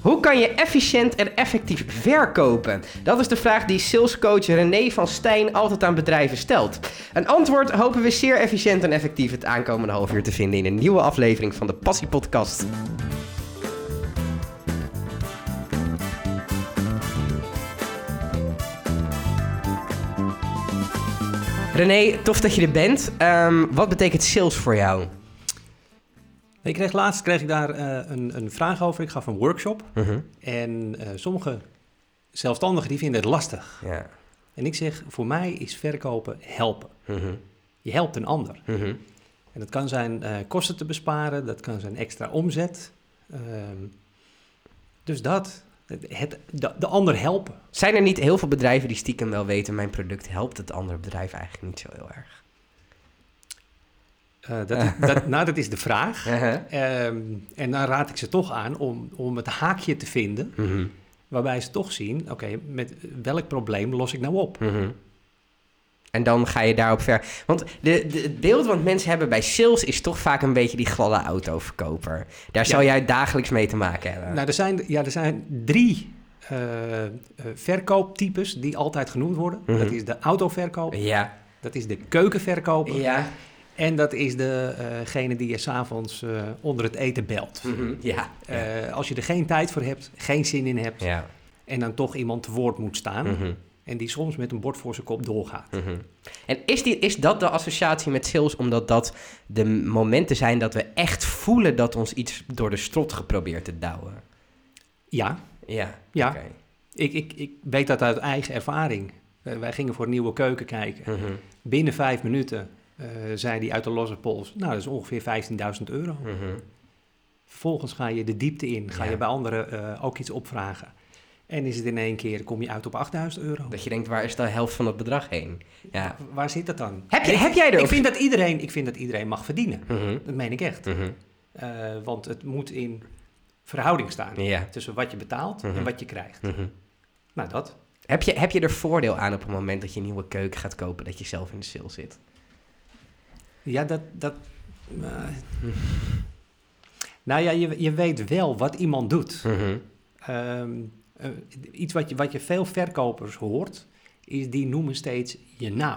Hoe kan je efficiënt en effectief verkopen? Dat is de vraag die salescoach René van Stijn altijd aan bedrijven stelt. Een antwoord hopen we zeer efficiënt en effectief het aankomende half uur te vinden in een nieuwe aflevering van de Passie Podcast. René, tof dat je er bent. Wat betekent sales voor jou? Laatst kreeg ik daar een vraag over. Ik gaf een workshop. En sommige zelfstandigen die vinden het lastig. Ja. En ik zeg, voor mij is verkopen helpen. Je helpt een ander. En dat kan zijn kosten te besparen. Dat kan zijn extra omzet. Dus dat. De ander helpen. Zijn er niet heel veel bedrijven die stiekem wel weten, mijn product helpt het andere bedrijf eigenlijk niet zo heel erg? Dat is de vraag. En dan raad ik ze toch aan om het haakje te vinden, waarbij ze toch zien, oké, met welk probleem los ik nou op? En dan ga je daarop ver. Want het beeld wat mensen hebben bij sales is toch vaak een beetje die gladde autoverkoper. Daar zou jij dagelijks mee te maken hebben. Nou, er zijn 3 verkooptypes die altijd genoemd worden. Dat is de autoverkoper. Ja. Dat is de keukenverkoper. Ja. En dat is degene die je 's avonds onder het eten belt. Ja. Als je er geen tijd voor hebt, geen zin in hebt... Ja. en dan toch iemand te woord moet staan... en die soms met een bord voor zijn kop doorgaat. En is dat de associatie met sales, omdat dat de momenten zijn dat we echt voelen dat ons iets door de strot geprobeerd te douwen? Ja. Ja. Okay. Ik weet dat uit eigen ervaring. Wij gingen voor een nieuwe keuken kijken. Binnen 5 minuten zei hij uit de losse pols... nou, dat is ongeveer €15.000. Vervolgens ga je de diepte in. Ga je bij anderen ook iets opvragen. En is het in één keer, kom je uit op €8.000. Dat je denkt, waar is de helft van het bedrag heen? Ja. Waar zit dat dan? Heb jij er ook... Ik vind dat iedereen mag verdienen. Dat meen ik echt. Want het moet in verhouding staan. Tussen wat je betaalt en wat je krijgt. Nou, dat. Heb je er voordeel aan op het moment dat je een nieuwe keuken gaat kopen... dat je zelf in de sales zit? Ja, nou ja, je weet wel wat iemand doet. Iets wat je veel verkopers hoort, is die noemen steeds je naam.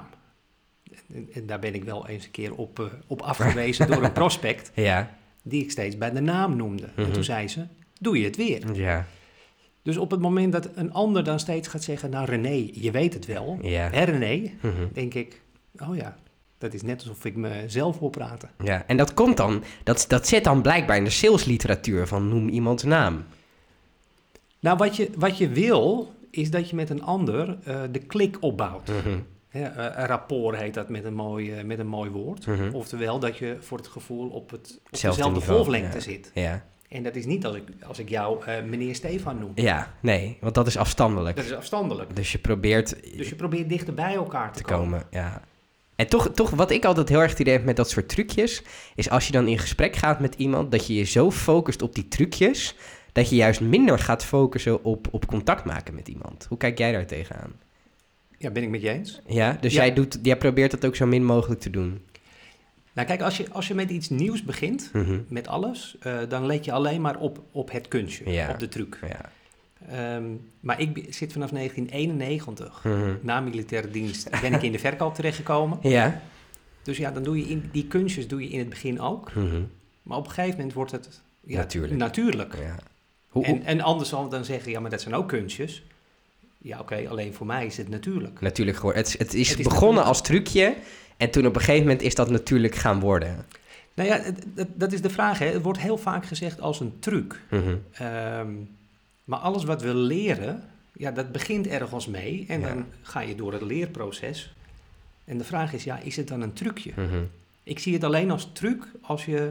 En daar ben ik wel eens een keer op afgewezen door een prospect, die ik steeds bij de naam noemde. En toen zei ze, doe je het weer? Ja. Dus op het moment dat een ander dan steeds gaat zeggen, nou René, je weet het wel. Hè René? Denk ik, oh ja, dat is net alsof ik mezelf wil praten. Ja, en dat komt dan, dat zit dan blijkbaar in de salesliteratuur van noem iemands naam. Nou, wat je wil, is dat je met een ander de klik opbouwt. Een rapport heet dat met een mooi woord. Oftewel dat je voor het gevoel op dezelfde golflengte zit. Ja. En dat is niet als ik jou meneer Stefan noem. Ja, nee, want dat is afstandelijk. Dat is afstandelijk. Dus je probeert dichter bij elkaar te komen. Ja. En toch, wat ik altijd heel erg het idee heb met dat soort trucjes... is als je dan in gesprek gaat met iemand... dat je je zo focust op die trucjes... dat je juist minder gaat focussen op contact maken met iemand. Hoe kijk jij daar tegenaan? Ja, ben ik met je eens. Ja, dus jij probeert dat ook zo min mogelijk te doen. Nou kijk, als je met iets nieuws begint, met alles... dan let je alleen maar op het kunstje, op de truc. Ja. Maar ik zit vanaf 1991, na militaire dienst... ben ik in de verkoop terechtgekomen. Ja. Dus ja, dan doe je die kunstjes doe je in het begin ook. Maar op een gegeven moment wordt het natuurlijk. Ja. En anders zal dan zeggen, ja, maar dat zijn ook kunstjes. Ja, oké, alleen voor mij is het natuurlijk. Natuurlijk geworden. Het is begonnen als trucje en toen op een gegeven moment is dat natuurlijk gaan worden. Nou ja, dat is de vraag. Hè. Het wordt heel vaak gezegd als een truc. Maar alles wat we leren, ja, dat begint ergens mee. En dan ga je door het leerproces. En de vraag is, ja, is het dan een trucje? Ik zie het alleen als truc als je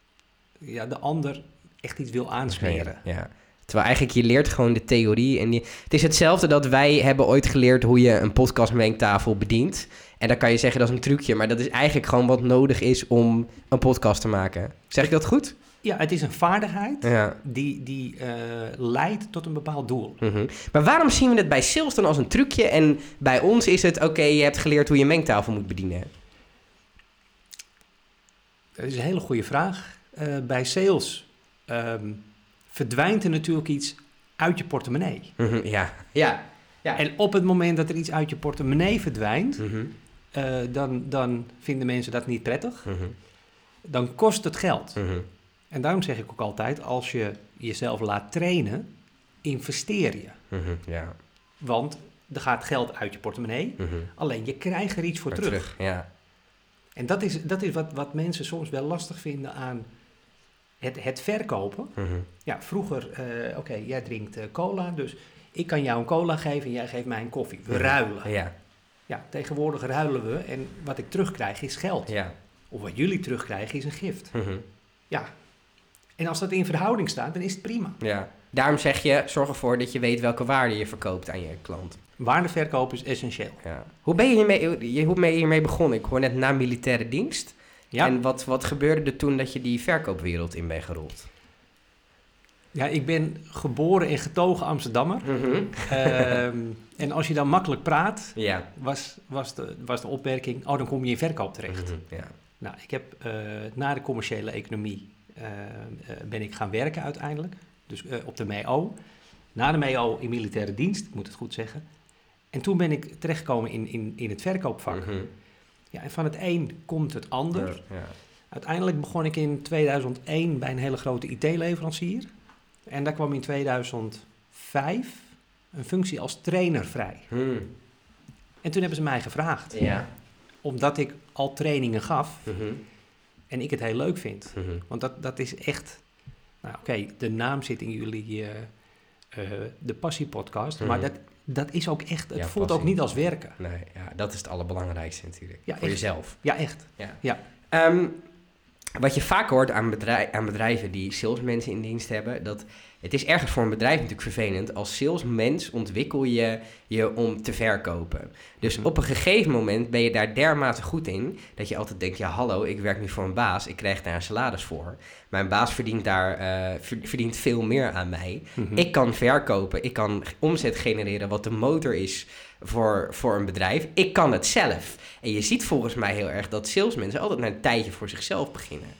de ander echt iets wil aansmeren. Ja. Terwijl eigenlijk je leert gewoon de theorie. En het is hetzelfde dat wij hebben ooit geleerd hoe je een podcastmengtafel bedient. En dan kan je zeggen dat is een trucje. Maar dat is eigenlijk gewoon wat nodig is om een podcast te maken. Zeg ik dat goed? Ja, het is een vaardigheid die leidt tot een bepaald doel. Maar waarom zien we het bij sales dan als een trucje? En bij ons is het, oké, je hebt geleerd hoe je een mengtafel moet bedienen. Dat is een hele goede vraag. Bij sales verdwijnt er natuurlijk iets uit je portemonnee. Ja. En op het moment dat er iets uit je portemonnee verdwijnt, dan vinden mensen dat niet prettig. Dan kost het geld. En daarom zeg ik ook altijd, als je jezelf laat trainen, investeer je. Ja. Want er gaat geld uit je portemonnee, alleen je krijgt er iets voor terug. Ja. En dat is wat mensen soms wel lastig vinden aan het verkopen. Ja, vroeger, oké, jij drinkt cola, dus ik kan jou een cola geven en jij geeft mij een koffie. We ruilen. Ja, tegenwoordig ruilen we en wat ik terugkrijg is geld. Ja. Of wat jullie terugkrijgen is een gift. Ja. En als dat in verhouding staat, dan is het prima. Ja. Daarom zeg je, zorg ervoor dat je weet welke waarde je verkoopt aan je klant. Waardeverkoop is essentieel. Ja. Hoe ben je hiermee begonnen? Ik hoor net na militaire dienst. Ja. En wat gebeurde er toen dat je die verkoopwereld in bent gerold? Ja, ik ben geboren en getogen Amsterdammer. En als je dan makkelijk praat, was de opmerking, dan kom je in verkoop terecht. Nou, ik heb na de commerciële economie ben ik gaan werken uiteindelijk. Dus op de MEO. Na de MEO in militaire dienst, ik moet het goed zeggen. En toen ben ik terechtgekomen in het verkoopvak. Ja, en van het een komt het ander. Ja. Uiteindelijk begon ik in 2001 bij een hele grote IT-leverancier. En daar kwam in 2005 een functie als trainer vrij. En toen hebben ze mij gevraagd. Ja. Omdat ik al trainingen gaf. En ik het heel leuk vind. Want dat is echt... Nou, oké, de naam zit in jullie... de Passie-podcast. Maar dat is ook echt... Het voelt ook niet als werken. Nee, dat is het allerbelangrijkste natuurlijk. Ja, voor echt. Jezelf. Ja, echt. Ja. Wat je vaak hoort aan bedrijven die salesmensen in dienst hebben... dat het is ergens voor een bedrijf natuurlijk vervelend. Als salesmens ontwikkel je om te verkopen. Dus op een gegeven moment ben je daar dermate goed in... dat je altijd denkt, ja hallo, ik werk nu voor een baas. Ik krijg daar een salaris voor. Mijn baas verdient veel meer aan mij. Ik kan verkopen. Ik kan omzet genereren wat de motor is voor een bedrijf. Ik kan het zelf. En je ziet volgens mij heel erg dat salesmensen altijd na een tijdje voor zichzelf beginnen.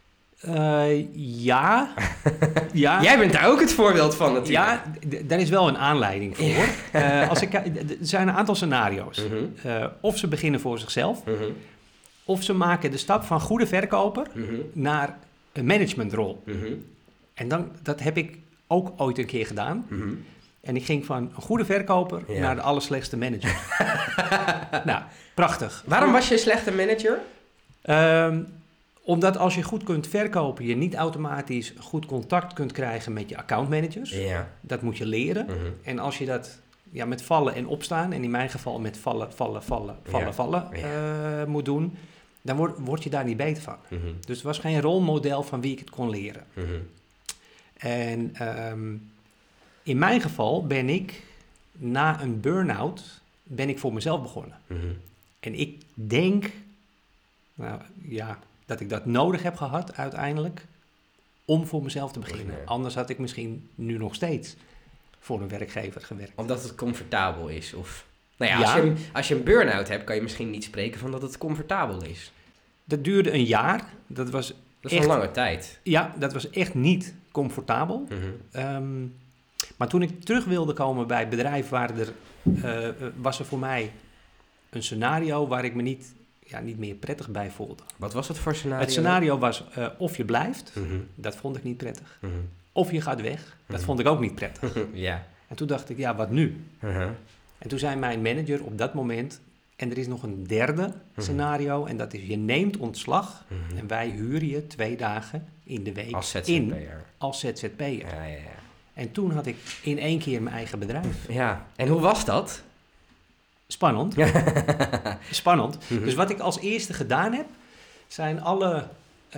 Ja. Jij bent daar ook het voorbeeld van natuurlijk. Ja, daar is wel een aanleiding voor. Er zijn een aantal scenario's. Of ze beginnen voor zichzelf. Of ze maken de stap van goede verkoper naar een managementrol. En dat heb ik ook ooit een keer gedaan. En ik ging van een goede verkoper naar de allerslechtste manager. Nou, prachtig. Waarom was je een slechte manager? Omdat als je goed kunt verkopen, je niet automatisch goed contact kunt krijgen met je accountmanagers. Ja. Dat moet je leren. En als je dat met vallen en opstaan, en in mijn geval met vallen moet doen, dan word je daar niet beter van. Dus het was geen rolmodel van wie ik het kon leren. En in mijn geval ben ik na een burn-out voor mezelf begonnen. En ik denk, dat ik dat nodig heb gehad uiteindelijk om voor mezelf te beginnen. Anders had ik misschien nu nog steeds voor een werkgever gewerkt. Omdat het comfortabel is? Of... Als je een burn-out hebt, kan je misschien niet spreken van dat het comfortabel is. Dat duurde een jaar. Dat was een lange tijd. Ja, dat was echt niet comfortabel. Maar toen ik terug wilde komen bij het bedrijf, was er voor mij een scenario waar ik me niet meer prettig bij voelde. Wat was het voor scenario? Het scenario was of je blijft, dat vond ik niet prettig. Of je gaat weg, dat vond ik ook niet prettig. En toen dacht ik, wat nu? En toen zei mijn manager op dat moment, en er is nog een derde scenario, en dat is je neemt ontslag en wij huren je 2 dagen in de week als ZZP'er. En toen had ik in 1 keer mijn eigen bedrijf. Ja, en hoe was dat? Spannend. Spannend. Dus wat ik als eerste gedaan heb, zijn alle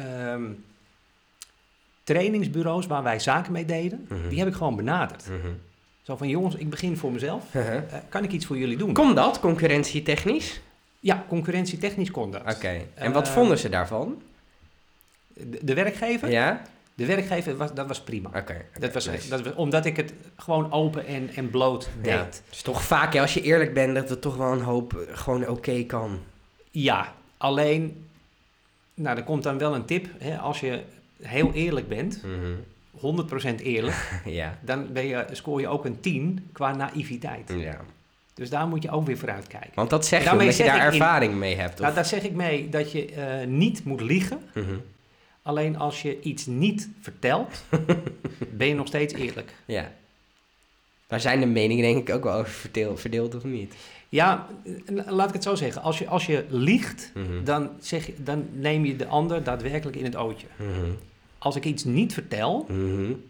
trainingsbureaus waar wij zaken mee deden, die heb ik gewoon benaderd. Zo van, jongens, ik begin voor mezelf. Kan ik iets voor jullie doen? Kon dat, concurrentietechnisch? Ja, concurrentietechnisch kon dat. Oké. En wat vonden ze daarvan? De werkgever? Ja. De werkgever, dat was prima. Dat was omdat ik het gewoon open en bloot deed. Het is toch vaak, als je eerlijk bent, dat het toch wel een hoop gewoon oké kan. Ja, alleen, er komt dan wel een tip. Hè, als je heel eerlijk bent, 100% eerlijk, dan scoor je ook een 10 qua naïviteit. Ja. Dus daar moet je ook weer voor uitkijken. Want dat zeg je omdat je daar ervaring mee hebt? Of? Nou, daar zeg ik mee dat je niet moet liegen. Mm-hmm. Alleen als je iets niet vertelt, ben je nog steeds eerlijk. Ja. Daar zijn de meningen denk ik ook wel over verdeeld of niet? Ja, laat ik het zo zeggen. Als je liegt, mm-hmm. dan neem je de ander daadwerkelijk in het ootje. Mm-hmm. Als ik iets niet vertel, mm-hmm.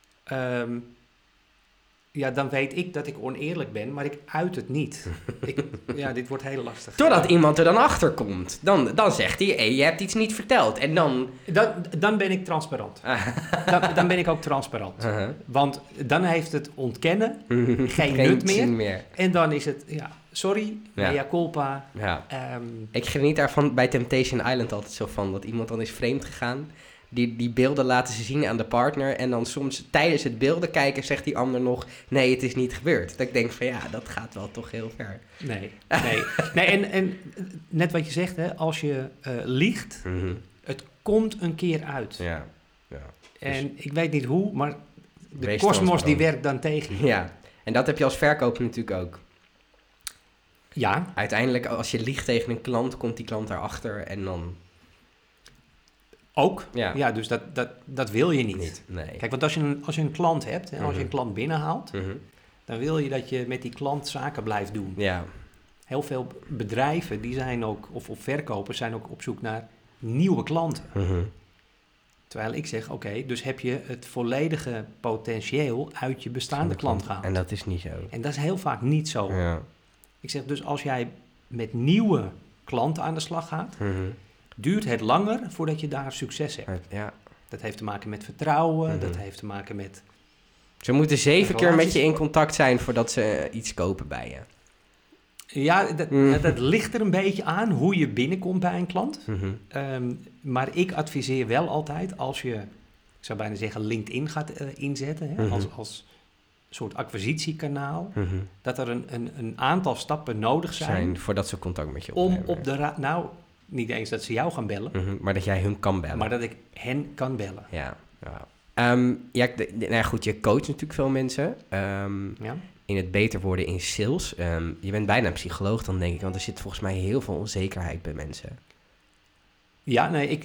Dan weet ik dat ik oneerlijk ben, maar ik uit het niet. Dit wordt heel lastig. Totdat iemand er dan achter komt. Dan zegt hij, hey, je hebt iets niet verteld. En dan ben ik transparant. Dan ben ik ook transparant. Uh-huh. Want dan heeft het ontkennen geen nut meer. En dan is het, sorry, mea culpa. Ja. Ik geniet daarvan bij Temptation Island altijd zo van. Dat iemand dan is vreemd gegaan. Die beelden laten ze zien aan de partner. En dan soms tijdens het beelden kijken zegt die ander nog... nee, het is niet gebeurd. Dat ik denk van dat gaat wel toch heel ver. Nee, en net wat je zegt, hè, als je liegt... Mm-hmm. Het komt een keer uit. Ja. En dus ik weet niet hoe, maar de kosmos die werkt dan tegen je. Ja, en dat heb je als verkoper natuurlijk ook. Ja. Uiteindelijk, als je liegt tegen een klant, komt die klant daarachter en dan... Ook, dus dat wil je niet. Nee. Kijk, want als je een klant hebt, hè, als je een klant binnenhaalt... Mm-hmm. dan wil je dat je met die klant zaken blijft doen. Ja. Heel veel bedrijven, die zijn ook, of verkopers zijn ook op zoek naar nieuwe klanten. Mm-hmm. Terwijl ik zeg, oké, dus heb je het volledige potentieel uit je bestaande klant gehaald. En dat is niet zo. En dat is heel vaak niet zo. Ja. Ik zeg, dus als jij met nieuwe klanten aan de slag gaat... Mm-hmm. duurt het langer voordat je daar succes hebt. Ja. Dat heeft te maken met vertrouwen, mm-hmm. dat heeft te maken met... Ze moeten 7 keer met je in contact zijn voordat ze iets kopen bij je. Ja, dat ligt er een beetje aan hoe je binnenkomt bij een klant. Mm-hmm. Maar ik adviseer wel altijd, als je, ik zou bijna zeggen, LinkedIn gaat inzetten... Hè, mm-hmm. als soort acquisitiekanaal... Mm-hmm. dat er een aantal stappen nodig zijn... voordat ze contact met je opnemen. Om op de niet eens dat ze jou gaan bellen... Mm-hmm, maar dat jij hun kan bellen. Maar dat ik hen kan bellen. Ja. Goed, je coacht natuurlijk veel mensen... in het beter worden in sales. Je bent bijna een psycholoog dan, denk ik... want er zit volgens mij heel veel onzekerheid bij mensen. Ja, nee,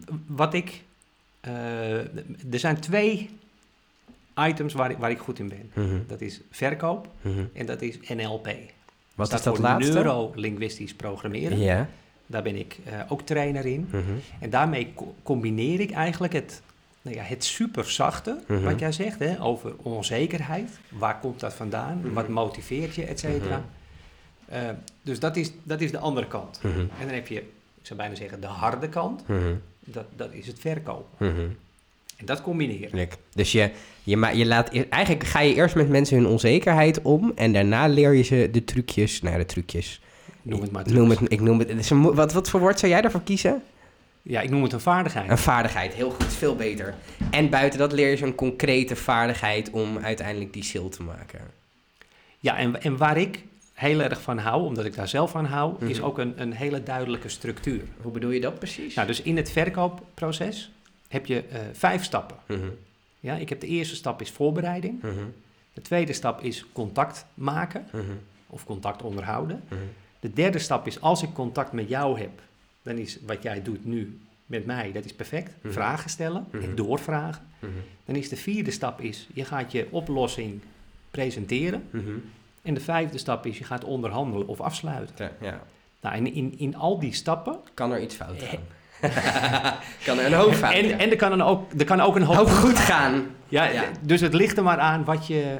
er zijn 2 items waar ik goed in ben. Mm-hmm. Dat is verkoop en dat is NLP. Wat is dat laatste? Neurolinguistisch programmeren. Ja. Daar ben ik ook trainer in. Mm-hmm. En daarmee combineer ik eigenlijk het super zachte, wat jij zegt, hè, over onzekerheid. Waar komt dat vandaan? Mm-hmm. Wat motiveert je, et cetera. Mm-hmm. Dus dat is de andere kant. Mm-hmm. En dan heb je, ik zou bijna zeggen, de harde kant. Mm-hmm. Dat is het verkopen. Mm-hmm. En dat combineer je. Dus je laat... Eigenlijk ga je eerst met mensen hun onzekerheid om... en daarna leer je ze de trucjes. Nou, de trucjes. Noem het maar trucjes. Wat voor woord zou jij daarvoor kiezen? Ja, ik noem het een vaardigheid. Een vaardigheid, heel goed, veel beter. En buiten dat leer je een concrete vaardigheid om uiteindelijk die sale te maken. Ja, en waar ik heel erg van hou, omdat ik daar zelf van hou, is ook een hele duidelijke structuur. Hoe bedoel je dat precies? Nou, dus in het verkoopproces heb je 5 stappen. Mm-hmm. Ja, de eerste stap is voorbereiding. Mm-hmm. De tweede stap is contact maken of contact onderhouden. Mm-hmm. De derde stap is, als ik contact met jou heb, dan is wat jij doet nu met mij, dat is perfect. Mm-hmm. Vragen stellen en doorvragen. Mm-hmm. Dan is de vierde stap je gaat je oplossing presenteren. Mm-hmm. En de vijfde stap is, je gaat onderhandelen of afsluiten. Ja. Nou, en in al die stappen... Kan er iets fout gaan. Kan er een hoop fout gaan. En er kan ook een hoop goed gaan. Ja. Dus het ligt er maar aan wat je...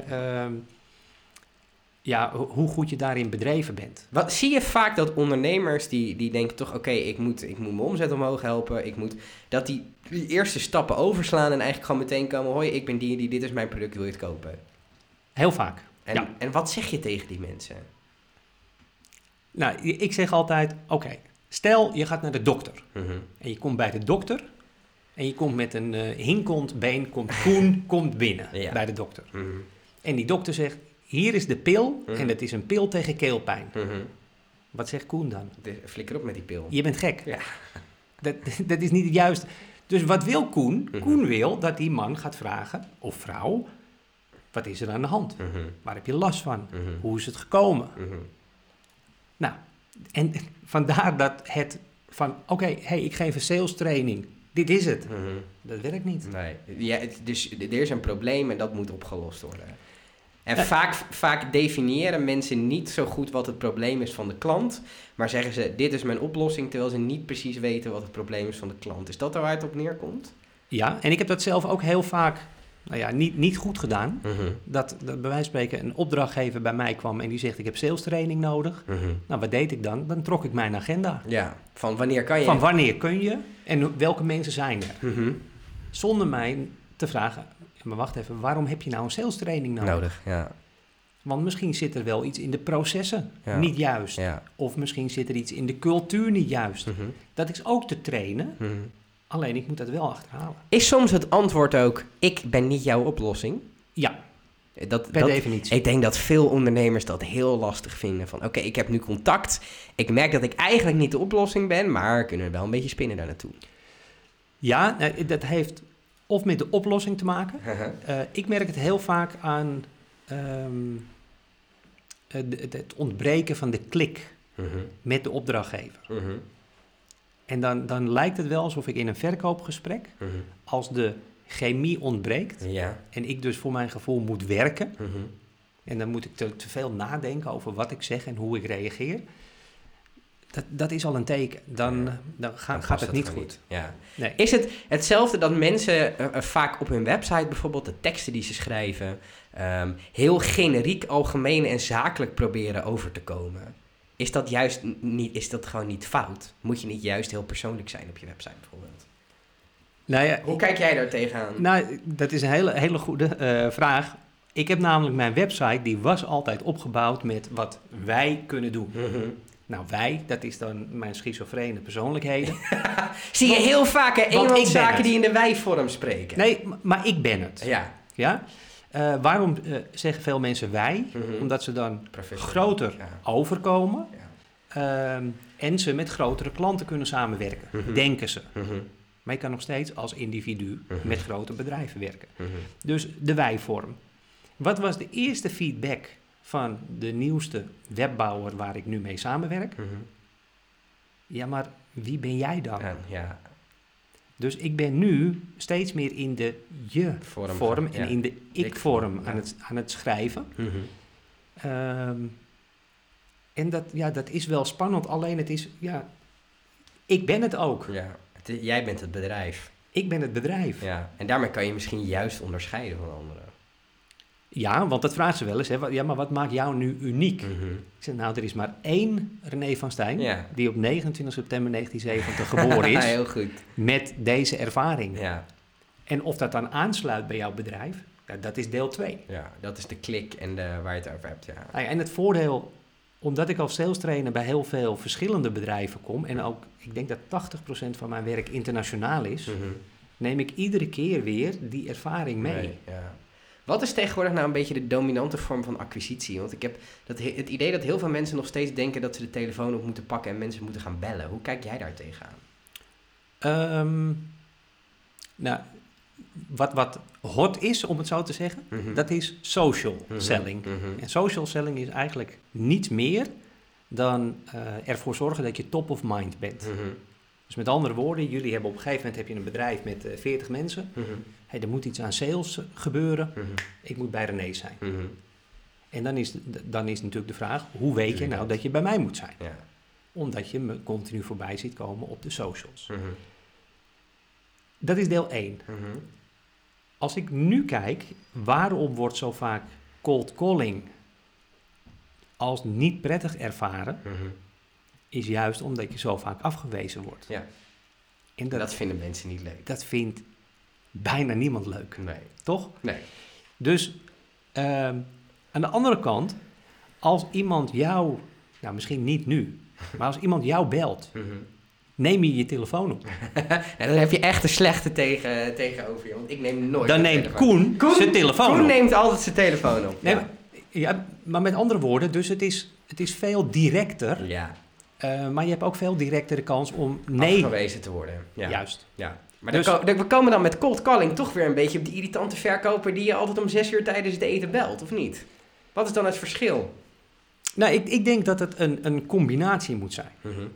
hoe goed je daarin bedreven bent. Wat zie je vaak dat ondernemers die denken toch... oké, ik moet mijn omzet omhoog helpen. Dat die eerste stappen overslaan en eigenlijk gewoon meteen komen... hoi, ik ben die, dit is mijn product, wil je het kopen? Heel vaak. En wat zeg je tegen die mensen? Nou, ik zeg altijd, oké, stel je gaat naar de dokter. Mm-hmm. En je komt bij de dokter... en je komt met een hinkend been, komt binnen bij de dokter. Mm-hmm. En die dokter zegt... hier is de pil en dat is een pil tegen keelpijn. Mm-hmm. Wat zegt Koen dan? Flikker op met die pil. Je bent gek. Ja. Dat is niet het juiste. Dus wat wil Koen? Koen wil dat die man gaat vragen, of vrouw, wat is er aan de hand? Waar heb je last van? Hoe is het gekomen? Nou, en vandaar dat het van, oké, ik geef een sales training. Dit is het. Dat werkt niet. Nee. Ja, dus er is een probleem en dat moet opgelost worden. En vaak definiëren mensen niet zo goed wat het probleem is van de klant, maar zeggen ze, dit is mijn oplossing, terwijl ze niet precies weten wat het probleem is van de klant. Is dat waar het op neerkomt? Ja, en ik heb dat zelf ook heel vaak niet goed gedaan. Dat bij wijze van spreken een opdrachtgever bij mij kwam en die zegt, ik heb sales training nodig. Nou, wat deed ik dan? Dan trok ik mijn agenda. Ja, van wanneer kan je? Van wanneer kun je en welke mensen zijn er? Zonder mij te vragen, maar wacht even, waarom heb je nou een sales training nodig? Ja. Want misschien zit er wel iets in de processen niet juist. Ja. Of misschien zit er iets in de cultuur niet juist. Dat is ook te trainen. Alleen ik moet dat wel achterhalen. Is soms het antwoord ook, ik ben niet jouw oplossing? Ja, per definitie. Ik denk dat veel ondernemers dat heel lastig vinden. Van oké, ik heb nu contact. Ik merk dat ik eigenlijk niet de oplossing ben, maar kunnen we wel een beetje spinnen daar naartoe. Ja, dat heeft of met de oplossing te maken. Ik merk het heel vaak aan het ontbreken van de klik met de opdrachtgever. En dan lijkt het wel alsof ik in een verkoopgesprek, als de chemie ontbreekt en ik dus voor mijn gevoel moet werken, en dan moet ik te veel nadenken over wat ik zeg en hoe ik reageer, dat is al een teken. Dan gaat het niet goed. Ja. Nee. Is het hetzelfde dat mensen vaak op hun website bijvoorbeeld de teksten die ze schrijven heel generiek, algemeen en zakelijk proberen over te komen? Is dat juist niet, is dat gewoon niet fout? Moet je niet juist heel persoonlijk zijn op je website bijvoorbeeld? Nou ja, hoe kijk jij daar tegenaan? Nou, dat is een hele goede vraag. Ik heb namelijk mijn website, die was altijd opgebouwd met wat wij kunnen doen. Nou, wij, dat is dan mijn schizofrene persoonlijkheden. Zie je heel vaak eenmanszaken die in de wij-vorm spreken. Nee, maar ik ben het. Ja? Waarom zeggen veel mensen wij? Omdat ze dan groter overkomen. En ze met grotere klanten kunnen samenwerken, denken ze. Maar je kan nog steeds als individu met grote bedrijven werken. Dus de wij-vorm. Wat was de eerste feedback van de nieuwste webbouwer waar ik nu mee samenwerk? Ja, maar wie ben jij dan? Ja. Dus ik ben nu steeds meer in de je-vorm en in de ik-vorm aan het schrijven. En dat is wel spannend, alleen het is, ik ben het ook. Ja, jij bent het bedrijf. Ik ben het bedrijf. Ja, en daarmee kan je misschien juist onderscheiden van anderen. Ja, want dat vraagt ze wel eens. Hè. Ja, maar wat maakt jou nu uniek? Ik zeg, nou, er is maar één René van Stijn, die op 29 september 1970 geboren is. Heel goed. Met deze ervaring. Ja. En of dat dan aansluit bij jouw bedrijf, dat is deel 2. Ja, dat is de klik en waar je het over hebt. Ja. En het voordeel, omdat ik als sales trainer bij heel veel verschillende bedrijven kom, en ook, ik denk dat 80% van mijn werk internationaal is, neem ik iedere keer weer die ervaring mee. Ja. Wat is tegenwoordig nou een beetje de dominante vorm van acquisitie? Want ik heb het idee dat heel veel mensen nog steeds denken dat ze de telefoon op moeten pakken en mensen moeten gaan bellen. Hoe kijk jij daar tegenaan? Nou, wat hot is, om het zo te zeggen, dat is social selling. En social selling is eigenlijk niets meer dan ervoor zorgen dat je top of mind bent. Dus met andere woorden, jullie hebben op een gegeven moment een bedrijf met 40 mensen. Er moet iets aan sales gebeuren. Ik moet bij René zijn. En dan is natuurlijk de vraag, hoe weet je nou dat je bij mij moet zijn? Ja. Omdat je me continu voorbij ziet komen op de socials. Dat is deel 1. Als ik nu kijk, waarom wordt zo vaak cold calling als niet prettig ervaren, is juist omdat je zo vaak afgewezen wordt. Ja. En dat vinden mensen niet leuk. Dat vindt bijna niemand leuk. Nee. Toch? Nee. Dus aan de andere kant, als iemand jou, nou misschien niet nu, maar als iemand jou belt, neem je telefoon op. Dan heb je echt een slechte tegenover je, want ik neem nooit. Dan neemt Koen zijn telefoon op. Koen neemt altijd zijn telefoon op. Nee, maar met andere woorden, dus het is veel directer. Ja. Maar je hebt ook veel directere kans om afgewezen te worden. Ja. Juist. Ja. Maar dus, we komen dan met cold calling toch weer een beetje op die irritante verkoper die je altijd om 6 uur tijdens het eten belt, of niet? Wat is dan het verschil? Nou, ik denk dat het een combinatie moet zijn.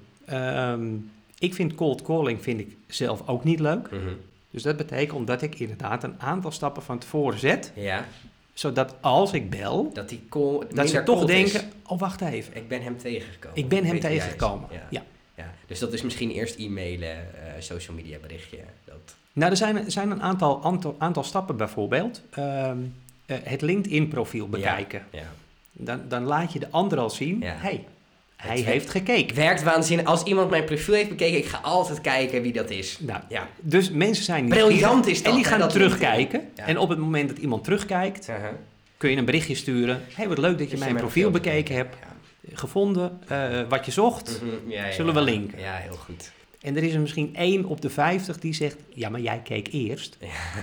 Ik vind cold calling zelf ook niet leuk. Dus dat betekent dat ik inderdaad een aantal stappen van tevoren zet. Ja. Zodat als ik bel, dat ze toch denken, wacht even. Ik ben hem tegengekomen. Ja. Dus dat is misschien eerst e-mailen, social media berichtje. Nou, er zijn een aantal stappen bijvoorbeeld. Het LinkedIn profiel bekijken. Ja. Dan laat je de ander al zien, hij heeft gekeken. Werkt waanzinnig. Als iemand mijn profiel heeft bekeken, ik ga altijd kijken wie dat is. Nou, dus mensen zijn briljant is dat. En die gaan terugkijken. Ja. En op het moment dat iemand terugkijkt, kun je een berichtje sturen. Wat leuk dat je mijn profiel bekeken hebt. Ja. Gevonden, wat je zocht, zullen we linken. Ja, heel goed. En er is er misschien 1 op de 50 die zegt, ja, maar jij keek eerst.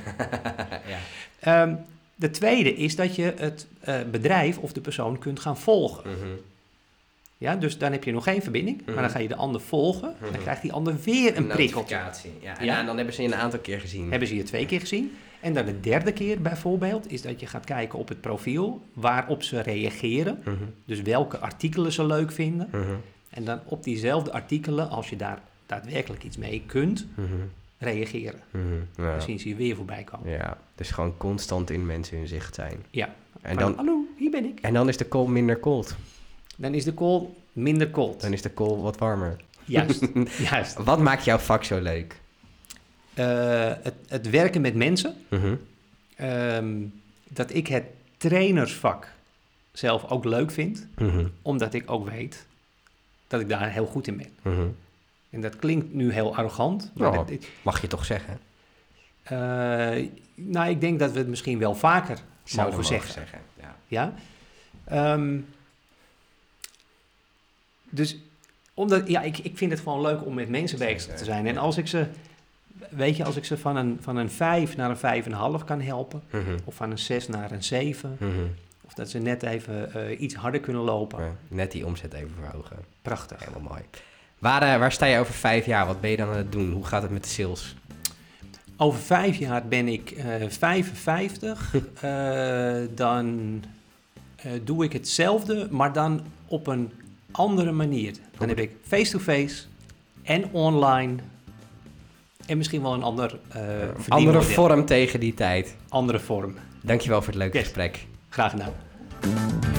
Ja. De tweede is dat je het bedrijf of de persoon kunt gaan volgen. Ja, dus dan heb je nog geen verbinding, maar dan ga je de ander volgen. Dan krijgt die ander weer een prikkeltje. En dan hebben ze je een aantal keer gezien. Hebben ze je 2 keer gezien. En dan de derde keer bijvoorbeeld is dat je gaat kijken op het profiel waarop ze reageren. Dus welke artikelen ze leuk vinden. En dan op diezelfde artikelen, als je daar daadwerkelijk iets mee kunt, reageren. Ja. Dan zien ze je weer voorbij komen. Ja, dus gewoon constant in mensen hun zicht zijn. Ja, en dan, hallo, hier ben ik. En dan is de call minder cold. Dan is de call minder cold. Dan is de call wat warmer. Juist. Wat maakt jouw vak zo leuk? Het werken met mensen. Dat ik het trainersvak zelf ook leuk vind. Omdat ik ook weet dat ik daar heel goed in ben. En dat klinkt nu heel arrogant. Maar mag je toch zeggen? Nou, ik denk dat we het misschien wel vaker mogen zeggen. Ja? Dus omdat, ik vind het gewoon leuk om met mensen bezig te zijn. En als ik ze, als ik ze van een 5 naar een 5,5 kan helpen, of van een 6 naar een 7, of dat ze net even iets harder kunnen lopen. Ja, net die omzet even verhogen. Prachtig. Helemaal mooi. Waar sta je over 5 jaar? Wat ben je dan aan het doen? Hoe gaat het met de sales? Over 5 jaar ben ik 55. Dan doe ik hetzelfde, maar dan op een andere manier. Dan heb ik face-to-face en online en misschien wel een ander andere vorm tegen die tijd. Andere vorm. Dankjewel voor het leuke gesprek. Graag gedaan.